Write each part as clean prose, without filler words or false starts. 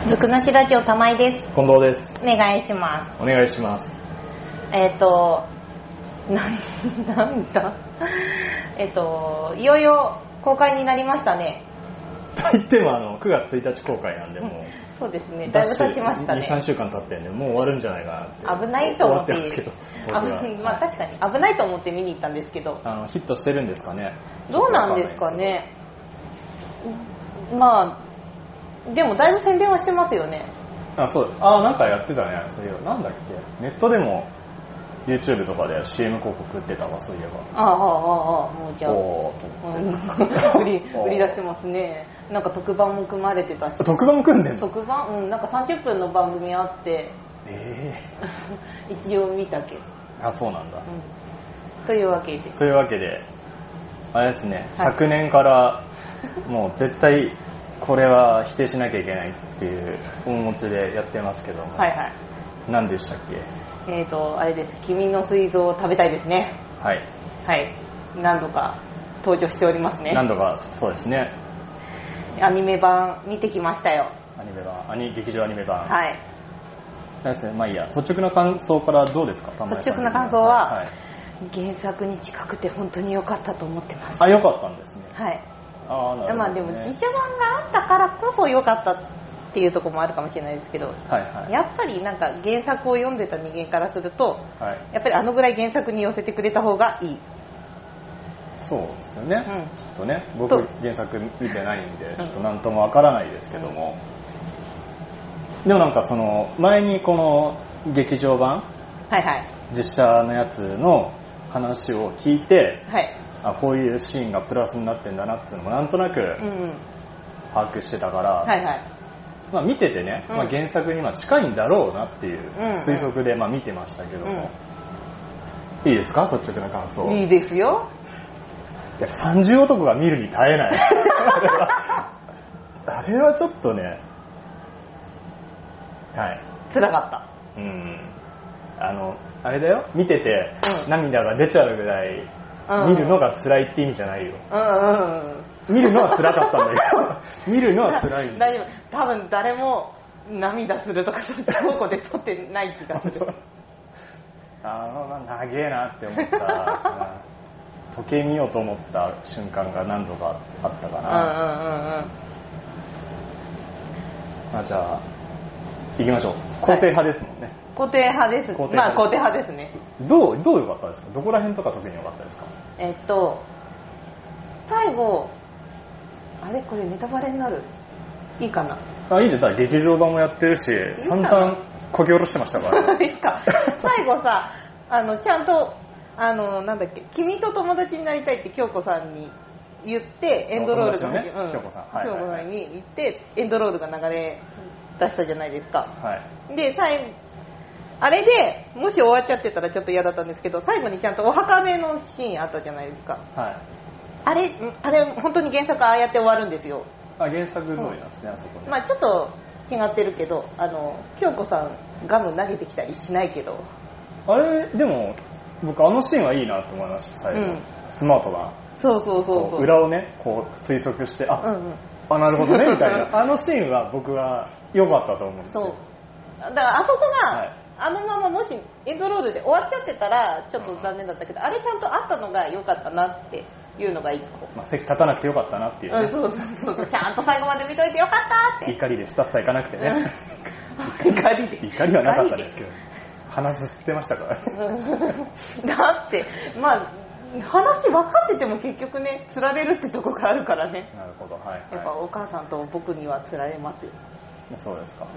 ずくなしラジオ玉井です。 近藤です。 お願いします。 お願いします。 なんだいよいよ公開になりましたね。 と言っても9月1日公開なんで、もうそうですね、だいぶ経ちましたね。 2,3 週間経ってんで、もう終わるんじゃないかなって。 危ないと思って終わってますけどまあ確かに危ないと思って見に行ったんですけど、 ヒットしてるんですかね。 どうなんですかね。まあでもだいぶ宣伝はしてますよね。 そうです。なんかやってたね。そういえばなんだっけ、ネットでも YouTube とかで CM 広告打ってたわ、そういえば。 もうじゃあ売り出してますね。なんか特番も組まれてたし。 特番組んでんの？ 特番、なんか30分の番組あって、一応見たけど。 そうなんだ。 というわけであれですね、昨年からもう絶対これは否定しなきゃいけないっていう面持ちでやってますけども、何でしたっけ。 あれです、君の膵臓を食べたいですね。はい、何度か登場しておりますね。 何度か、そうですね。 アニメ版見てきましたよ。 劇場アニメ版。ですね。まあいいや、率直な感想からどうですか。 率直な感想は、原作に近くて本当に良かったと思ってます。 良かったんですね。 はい。 なるほどね。 まあでも実写版があったからこそ良かったっていうところもあるかもしれないですけど、やっぱりなんか原作を読んでた人間からすると、やっぱりあのぐらい原作に寄せてくれた方がいい。 そうですよね。きっとね、僕原作見てないんでちょっと何ともわからないですけども、でもなんかその前にこの劇場版、実写のやつの話を聞いて、こういうシーンがプラスになってんだなっていうのもなんとなく把握してたから、まあ、見ててね、まあ、原作に近いんだろうなっていう推測でまあ見てましたけども、いいですか、率直な感想。 いいですよ。 いや、30男が見るに耐えないあれはちょっとね、 辛かった。 あれだよ、見てて涙が出ちゃうぐらい見るのが辛いって意味じゃないよ。見るのは辛かったんだけど見るのは辛いんだ。 大丈夫。多分誰も涙するとかそういった方向で撮ってない気がする長えなって思った時計見ようと思った瞬間が何度かあったかな。じゃあ行きましょう。肯定派ですもんね。 肯定派です。まあ肯定派ですね。 どう良かったですか。どこら辺とか特に良かったですか。 最後これネタバレになる？いいかな。 いいんじゃない。劇場版もやってるし、散々こぎ下ろしてましたからいいか。最後さ、ちゃんとなんだっけ、君と友達になりたいって京子さんに言ってエンドロールが京子さんに言ってエンドロールが流れ出したじゃないですか。であれでもし終わっちゃってたらちょっと嫌だったんですけど、最後にちゃんとお墓でのシーンあったじゃないですか。あれ本当に原作ああやって終わるんですよ。 原作通りなんですね、あそこね。 まあちょっと違ってるけど、京子さんガム投げてきたりしないけど。 あれでも僕シーンはいいなと思いました。最後、スマートな。 そう裏をねこう推測してなるほどねみたいなシーンは僕は良かったと思うんですよ。 だからあそこが、あのままもしエンドロールで終わっちゃってたらちょっと残念だったけど、あれちゃんとあったのが良かったなっていうのが一個。 席立たなくて良かったなっていうね。 そうちゃんと最後まで見といて良かったって。 怒りでスタスタ行かなくてね。怒りはなかったですけど、鼻すすってましたからだってまあ話分かってても結局ね釣られるってとこがあるからね。 なるほど。 やっぱお母さんと僕には釣られますよ。 そうですか。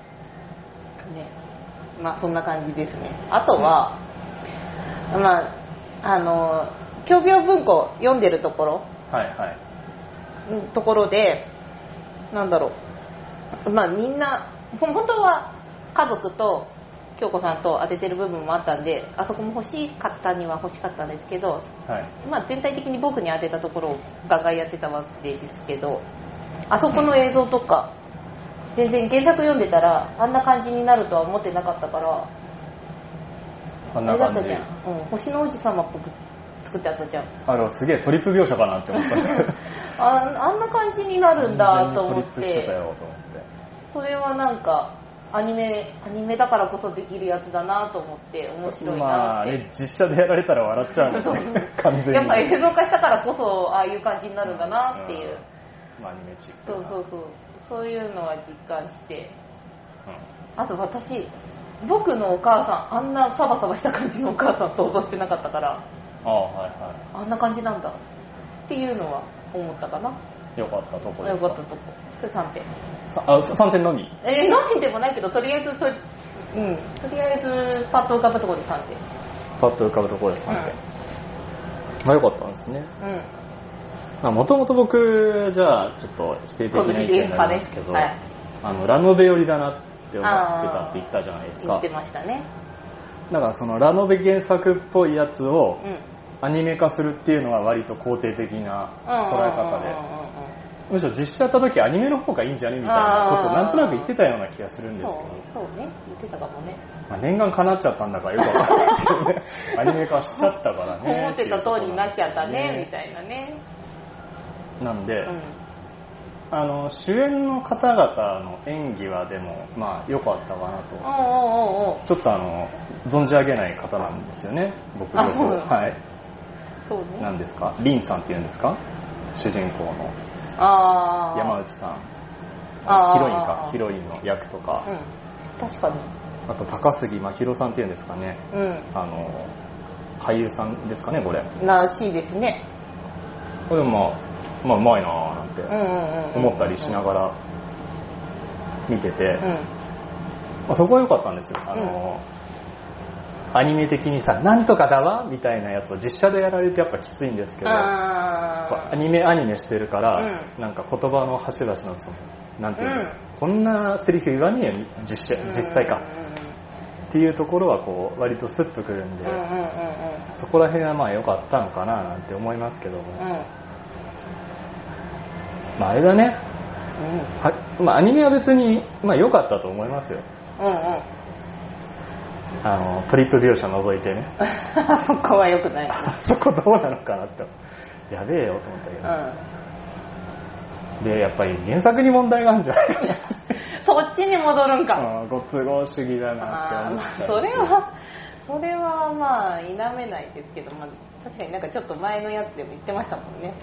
まあそんな感じですね。あとは、共病文庫読んでるところ、ところでなんだろう、まあみんな本当は家族と京子さんと当ててる部分もあったんで、あそこも欲しかったには欲しかったんですけど、まあ全体的に僕に当てたところをガンガンやってたわけですけど、あそこの映像とか全然原作読んでたらあんな感じになるとは思ってなかったから、 あんな感じ。 あれだったじゃん、星の王子様っぽく作ってあったじゃん。 すげえトリップ描写かなって思ったんですけどあんな感じになるんだと思って。 トリップしてたよと思って。 それはなんかアニメだからこそできるやつだなと思って面白いなって。 ね、実写でやられたら笑っちゃうんですね。完全に。 やっぱ映像化したからこそああいう感じになるんだなっていう。 アニメチックな。 そういうのは実感して。あと僕のお母さん、あんなサバサバした感じのお母さん想像してなかったから、あんな感じなんだっていうのは思ったかな。 よかったとこですか。 よかったとこ。それ3点。 3点のみ？ のみでもないけど、とりあえずパッと浮かぶところで3点。 パッと浮かぶところで3点。よかったんですね。もともと僕、じゃあちょっと否定的な意見になりますけど、ラノベ寄りだなって思ってたって言ったじゃないですか。 言ってましたね。 だからそのラノベ原作っぽいやつをアニメ化するっていうのは割と肯定的な捉え方で、むしろ実写やった時アニメの方がいいんじゃねみたいなことをなんとなく言ってたような気がするんですけど、 そうね、言ってたかもね。 念願叶っちゃったんだからよくわからないけどね。アニメ化しちゃったからね。 思ってた通りになっちゃったねみたいなね。 なんで、主演の方々の演技はでも良かったかなと。ちょっと存じ上げない方なんですよね、僕の方。はい。 そうね。 何ですか、リンさんっていうんですか、主人公の山内さん。ヒロインの役とか。 確かに。あと高杉真宙さんっていうんですかね。俳優さんですかね、これ。 らしいですね。 これもうまいなぁなんて思ったりしながら見てて、そこは良かったんですよ。アニメ的にさ、なんとかだわみたいなやつを実写でやられるとやっぱきついんですけど、アニメしてるから、なんか言葉の端々のなんていうんですか、こんなセリフ言わねえよ実際かっていうところはこう割とスッとくるんで、そこら辺は良かったのかななんて思いますけども、あれだね、アニメは別に良かったと思いますよ。トリップ描写除いてね。 そこは良くない。 そこどうなのかなって、やべえよと思ったけど、でやっぱり原作に問題があるんじゃないかな。 そっちに戻るんか。 ご都合主義だなって思った。 それは否めないですけど、確かになんかちょっと前のやつでも言ってましたもんね。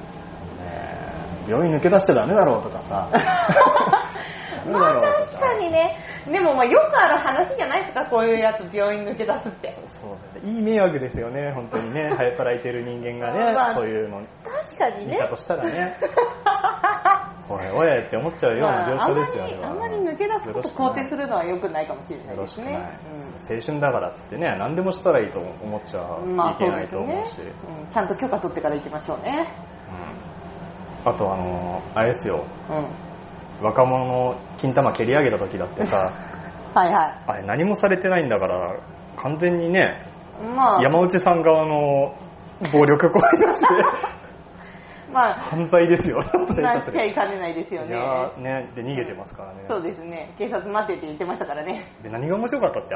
病院抜け出しちゃダメだろうとかさ。 確かにね。でもよくある話じゃないですか、こういうやつ病院抜け出すって。 そうだね。いい迷惑ですよね、本当にね。働いてる人間がね、そういうの確かにね。 見たとしたらね。おいおいって思っちゃうような描写ですよね。 あんまり抜け出すこと肯定するのは良くないかもしれないですね。 青春だからっつってね、何でもしたらいいと思っちゃいけないと思うし、 ちゃんと許可取ってから行きましょうね。 あとあれですよ、若者の金玉蹴り上げた時だってさあれ何もされてないんだから完全にね、山内さん側の暴力行為として犯罪ですよ。 なっちゃいかねないですよね。 で逃げてますからね。 そうですね、警察待ってって言ってましたからね。 で何が面白かったって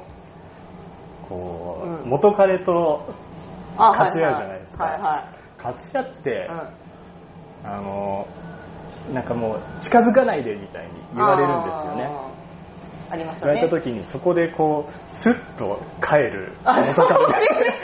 元彼と勝ち合うじゃないですか。勝ち合って、なんかもう近づかないでみたいに言われるんですよね。 ありましたね。 言われた時にそこでこうスッと帰る元彼であれは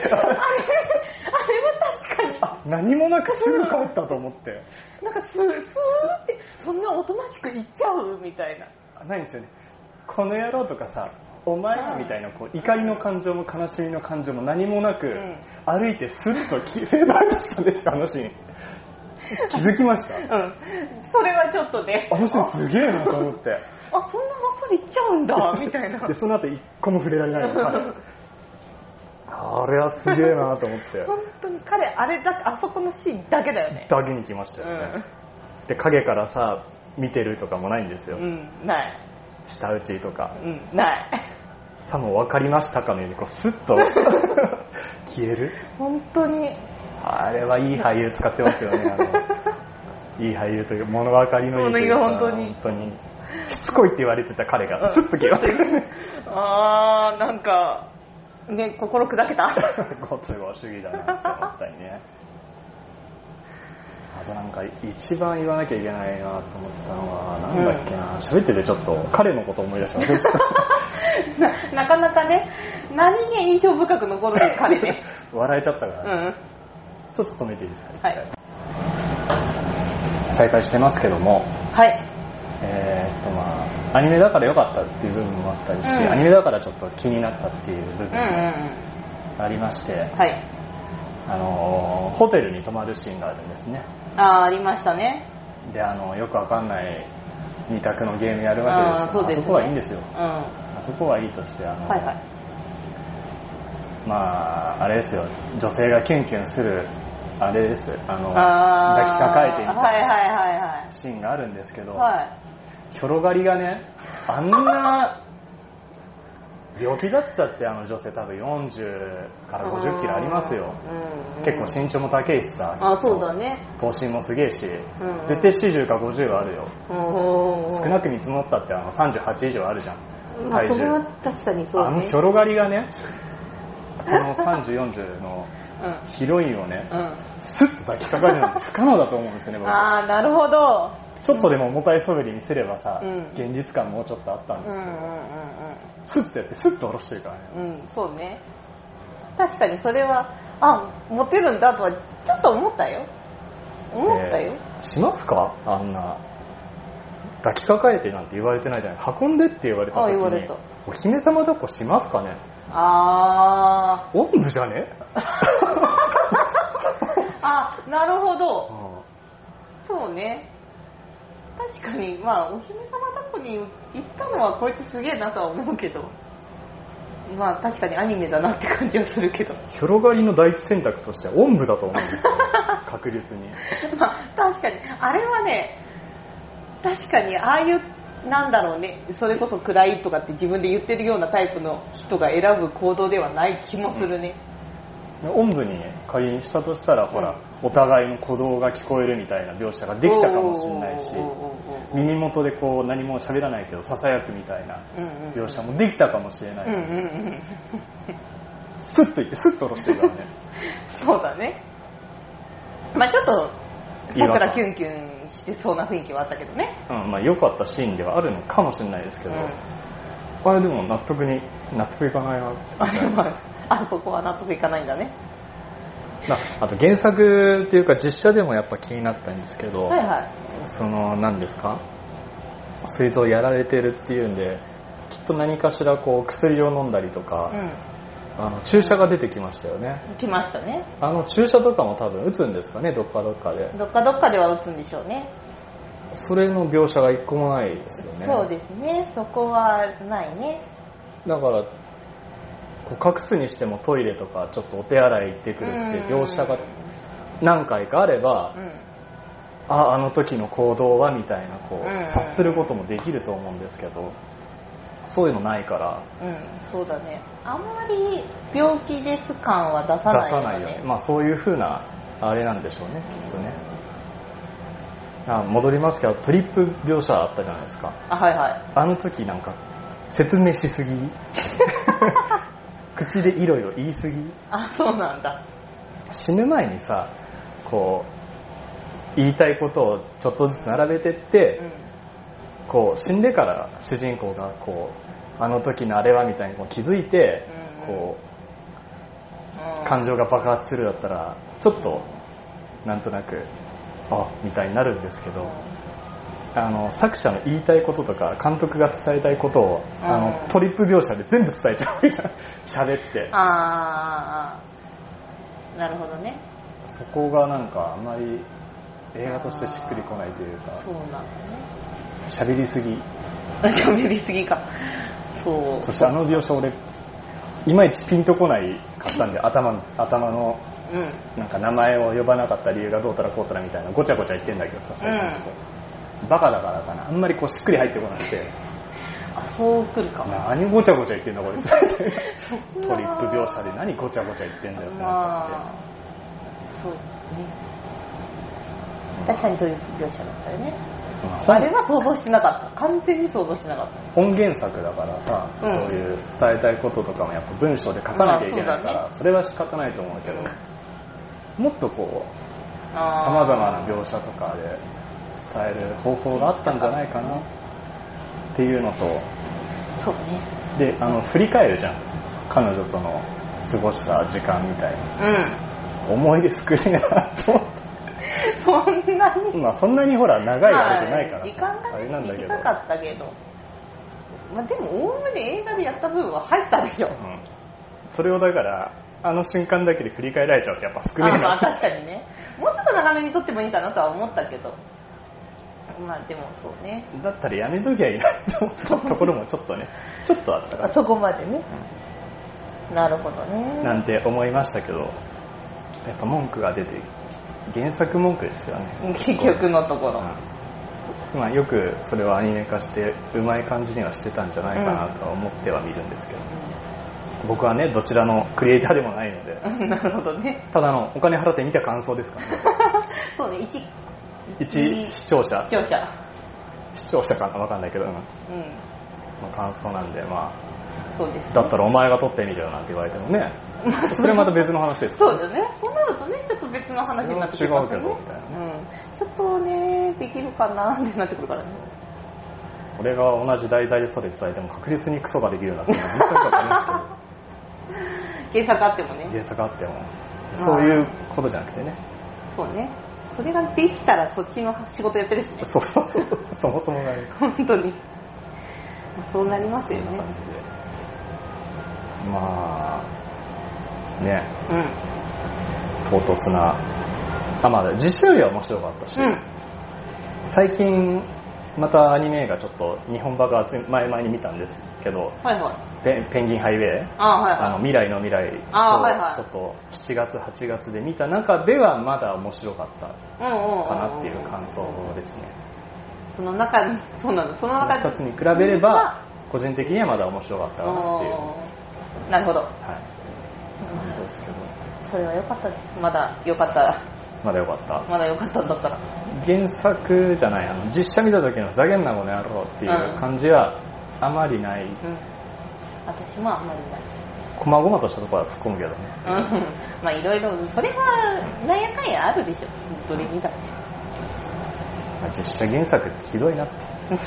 確かに何もなくすぐ帰ったと思って、 なんかスーってそんなおとなしく言っちゃうみたいな。 ないんですよね。この野郎とかさ、お前みたいなこう怒りの感情も悲しみの感情も何もなく、歩いてスッとフェードアウトしたんです、あのシーン。気づきました？ それはちょっとね。 あのシーンすげえなと思って。 そんなあっさりいっちゃうんだみたいな。 でその後一個も触れられないの。あれはすげえなと思って。 本当に彼あそこのシーンだけだよね。 だけに来ましたよね。で影からさ見てるとかもないんですよ。 ない。 舌打ちとか。 ない。 さも分かりましたかのようにこうスッと消える。 本当に。 あれはいい俳優使ってますよね。いい俳優という物分かりのいいというか、 本当にしつこいって言われてた彼がスッと消えますよね。 なんかね、心砕けた。 ご都合主義だなって思ったりね。 あとなんか一番言わなきゃいけないなと思ったのはなんだっけな、喋っててちょっと彼のこと思い出したなかなかね、何気印象深く残る彼ね。 笑えちゃったから、 うん、 ちょっと止めていいですか。 はい。 再開してますけども、 はい。 まあアニメだから良かったっていう部分もあったりして、アニメだからちょっと気になったっていう部分もありまして、 はい。 ホテルに泊まるシーンがあるんですね。 ありましたね。 でよくわかんない2択のゲームやるわけですけど、 あそこはいいんですよ、あそこはいいとしてはいはい、 まああれですよ、女性がキュンキュンするあれです、抱きかかえてみたシーンがあるんですけど、広がりがね、あんな病気だってたって女性多分40から50キロありますよ、結構身長も高いしさ、 そうだね、 頭身もすげえし、絶対40か50はあるよ、少なく見積もったって38以上あるじゃん、体重。 それは確かにそうね。 広がりがね、その30、40のヒロインをね、スッと抱きかかるなんて不可能だと思うんですよね、僕。 なるほど。 ちょっとでも重たい素振りにすればさ、現実感もうちょっとあったんですけど、スッとやってスッと下ろしてるからね。 そうね。確かにそれはモテるんだとはちょっと思ったよ。 しますか、あんな抱きかかえてなんて言われてないじゃない。運んでって言われた時にお姫様抱っこしますかね。おんぶじゃね。 なるほど、そうね。確かに、お姫様抱っこに行ったのはこいつすげえなとは思うけど、確かにアニメだなって感じはするけど、 広がりの第一選択としてはおんぶだと思うんですよ確実に。 確かにあれはね、確かにああいうなんだろうね、それこそ暗いとかって自分で言ってるようなタイプの人が選ぶ行動ではない気もするね。 おんぶに仮にしたとしたら、ほら、お互いの鼓動が聞こえるみたいな描写ができたかもしれないし、耳元でこう何も喋らないけどささやくみたいな描写もできたかもしれない。スッといってスッと下ろしてるからね。 そうだね。ちょっと桜キュンキュンしてそうな雰囲気はあったけどね。 良かったシーンではあるのかもしれないですけど、あれでも納得いかないな。 そこは納得いかないんだね。 あと原作っていうか実写でもやっぱ気になったんですけど、その何ですか、膵臓やられてるっていうんで、きっと何かしらこう薬を飲んだりとか、注射が出てきましたよね。 来ましたね。 注射とかも多分打つんですかね、どっかで。どっかでは打つんでしょうね。 それの描写が一個もないですよね。 そうですね、そこはないね。 だからこう隠すにしてもトイレとかちょっとお手洗い行ってくるって描写が何回かあれば、あの時の行動はみたいなこう察することもできると思うんですけど、そういうのないから、 そうだね、あんまり病気です感は出さないよね。 そういう風なあれなんでしょうね、きっとね。戻りますけど、トリップ描写あったじゃないですか。あの時なんか説明しすぎ口でいろいろ言いすぎ。 そうなんだ。 死ぬ前にさ、こう言いたいことをちょっとずつ並べてって、こう死んでから主人公がこうあの時のあれはみたいにこう気づいて、こう感情が爆発するだったらちょっとなんとなくみたいになるんですけど、作者の言いたいこととか監督が伝えたいことをトリップ描写で全部伝えちゃうじゃん、喋って。なるほどね。 そこがなんかあんまり映画としてしっくりこないというか。 そうなんだね。 喋りすぎか。 そして描写俺いまいちピンとこないかったんで、頭のなんか名前を呼ばなかった理由がどうたらこうたらみたいなごちゃごちゃ言ってんだけどさ、バカだからかな、あんまりこうしっくり入ってこなくて。 そうくるかも。 何ごちゃごちゃ言ってんだこいつトリップ描写で何ごちゃごちゃ言ってんだよってなっちゃって。 そうね、確かにトリップ描写だったよね。あれは想像してなかった。完全に想像してなかった。 本原作だからさ、そういう伝えたいこととかもやっぱ文章で書かなきゃいけないから、それは仕方ないと思うけど、もっとこうまざまな描写とかで伝える方法があったんじゃないかなっていうのと、 そうね。 で振り返るじゃん、彼女との過ごした時間みたいな、思い出少ねえなと思って。 そんなに、 まあそんなにほら長いあれじゃないから時間が、 あれなんだけど、 短かったけど、まあ、でもおおむね映画でやった部分は入ったでしょ、 それをだからあの瞬間だけで振り返られちゃうとやっぱ少ねえな。 まあ確かにね、もうちょっと長めに撮ってもいいかなとは思ったけど、まあでもそうね、 だったらやめときゃいいなと思ったところもちょっとねちょっとあったから、 そこまでね、なるほどねなんて思いましたけど、やっぱ文句が出て、原作文句ですよね結局のところ、 まあ、よくそれはアニメ化してうまい感じにはしてたんじゃないかなとは思っては見るんですけど、僕はねどちらのクリエイターでもないのでなるほどね、 ただお金払って見た感想ですからねそうね、 一視聴者かな分かんないけど、の感想なんで、まあそうです、ね、 だったらお前が撮ってみるよなんて言われてもねそれはまた別の話ですそうだね、そうなるとねちょっと別の話になってくるからね、 違うけどみたいな、 ちょっとねできるかなってなってくるからね。 俺が同じ題材で撮れてたらでも確実にクソができるなって本当に分かりますけど原作あってもね、 原作あってもそういうことじゃなくてね、 そうね、それができたらそっちの仕事やってるしね、 そうそもそもがね本当にそうなりますよね。 まあね、唐突な、まあ実写よりは面白かったし、最近またアニメ映画ちょっと日本爆発前々に見たんですけど、ペンギンハイウェイ、未来の未来とちょっと7月8月で見た中ではまだ面白かったかなっていう感想ですね。 その中にそうなの、その中 2つに比べれば個人的にはまだ面白かったかなっていう。 なるほど、 そうですけど、 それは良かったです。まだ良かったまだ良かったんだったら、 原作じゃない実写見た時のふざけんなこの野郎っていう感じはあまりない、 私もあんまりない、 細々としたところは突っ込むけどね、 まあいろいろそれはなんやかんやあるでしょ、どれ見たって。 実写原作ってひどいなって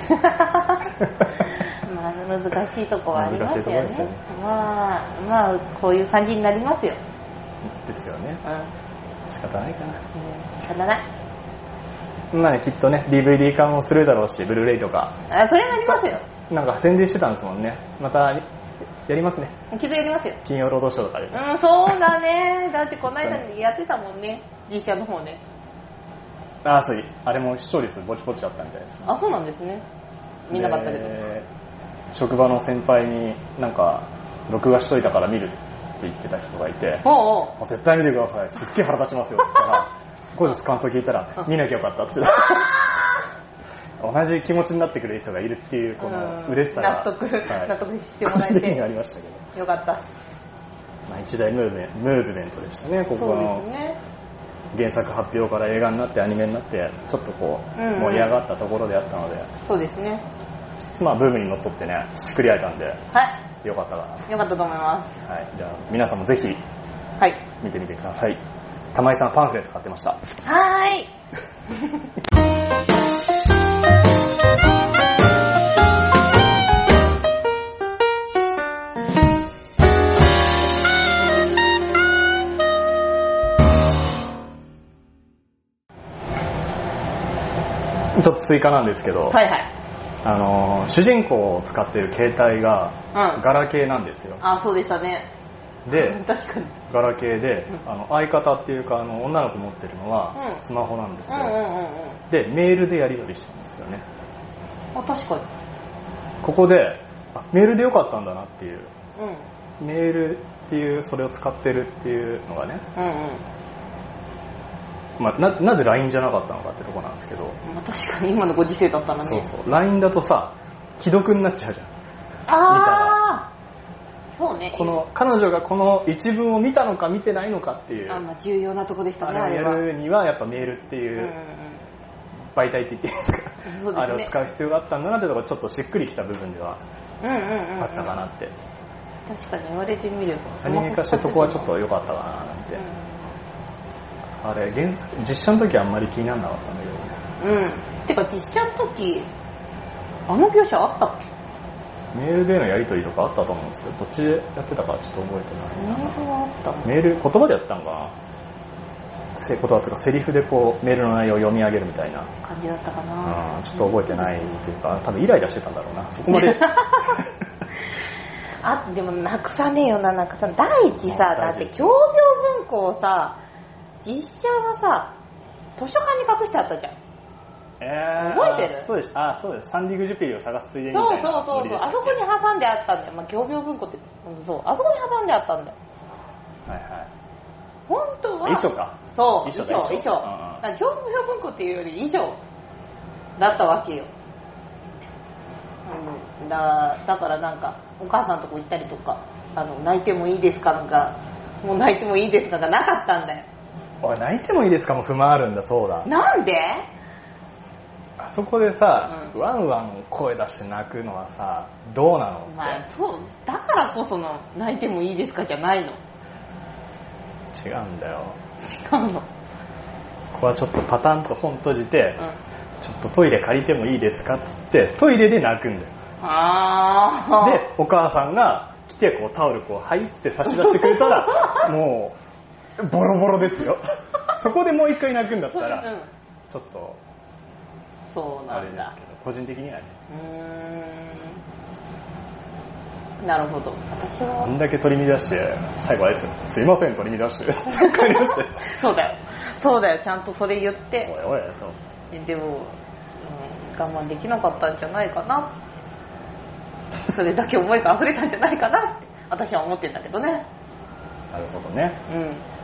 まあ難しいとこはありますよね。まあこういう感じになりますよ。 ですよね。仕方ないかな。 仕方ない。 まあね、きっとね DVD 化もするだろうし、ブルーレイとか。 それなりますよ。 なんか宣伝してたんですもんね。またやりますね。 きっとやりますよ。 金曜ロードショーとかで。 そうだね。だってこの間やってたもんね、実写の方ね。 そうあれも視聴率ぼちぼちだったみたいです。 そうなんですね。見なかったけど。 職場の先輩になんか録画しといたから見るって言ってた人がいて、絶対見てください、すっげえ腹立ちますよって言ったら後日感想聞いたら見なきゃよかったって言ってた同じ気持ちになってくれる人がいるっていうこの嬉しさが納得してもらえてありましたけど、 よかった。 一大ムーブメントでしたね、ここの原作発表から映画になってアニメになってちょっとこう盛り上がったところであったので、 そうですね、 まあブームにのっとってね作り上げたんで、よかったかな。 よかったと思います。 じゃあ皆さんもぜひ見てみてください。玉井さんパンフレット買ってました。ちょっと追加なんですけど、主人公を使っている携帯がガラケーなんですよ。 そうでしたね。 で、 確かにガラケーで、相方っていうか女の子持ってるのはスマホなんですよ。で、メールでやり取りしてるんですよね。 確かに。 ここでメールでよかったんだなっていう、メールっていうそれを使ってるっていうのがね、なぜ LINE じゃなかったのかってとこなんですけど、 確かに今のご時世だったらね。 そう LINE だとさ既読になっちゃうじゃん。見たらそうね、 この彼女がこの一文を見たのか見てないのかっていう、 重要なとこでしたね。 あれをやるにはやっぱメールっていう媒体って言っていいですか、あれを使う必要があったんだなってところちょっとしっくりきた部分ではあったかなって。 確かに言われてみればアニメ化してそこはちょっと良かったかななんて、 あれ実写の時はあんまり気にならなかったんだけど。 てか実写の時あの描写あったっけ？ メールでのやり取りとかあったと思うんですけど、どっちでやってたかちょっと覚えてないな。 メールはあったの？ メール、言葉でやったのかな。言葉とかセリフでこうメールの内容を読み上げるみたいな感じだったかな。 ちょっと覚えてないというか、多分イライラしてたんだろうな、そこまで。 あ、でもなくさねえよな、なくさねえ。第一さ、だって共病文庫をさ、実写はさ、図書館に隠してあったじゃん。覚えてる？ そうです。そうです。サンディ・グジュペリを探すついでにみそうたいな。 あそこに挟んであったんだよ。まあ、共病文庫って、そう、あそこに挟んであったんだよ。 はいはい。 本当は遺書か。 そう、遺書。共病文庫っていうより遺書だったわけよ。だからなんか、お母さんとこ行ったりとか、泣いてもいいですかなんか、もう泣いてもいいですかがなかったんだよ。 泣いてもいいですかも不満あるんだ、そうだ。 なんで？ あそこでさ、ワンワン声出して泣くのはさ、どうなの？ まあ、そう、だからこその泣いてもいいですかじゃないの。 違うんだよ。 違うの。 ここはちょっとパタンと本閉じて、ちょっとトイレ借りてもいいですかっつってトイレで泣くんだよ。で、お母さんが来てこうタオルこうはいって差し出してくれたらもうボロボロですよ。そこでもう一回泣くんだったら、ちょっとそうなんだ。 あれですけど、個人的にはね。 なるほど。私はあんだけ取り乱して最後あいつすいません取り乱して帰りまして。 そうだよ、ちゃんとそれ言って。 おいでも、我慢できなかったんじゃないかな。それだけ思いが溢れたんじゃないかなって私は思ってんだけどね。 なるほどね。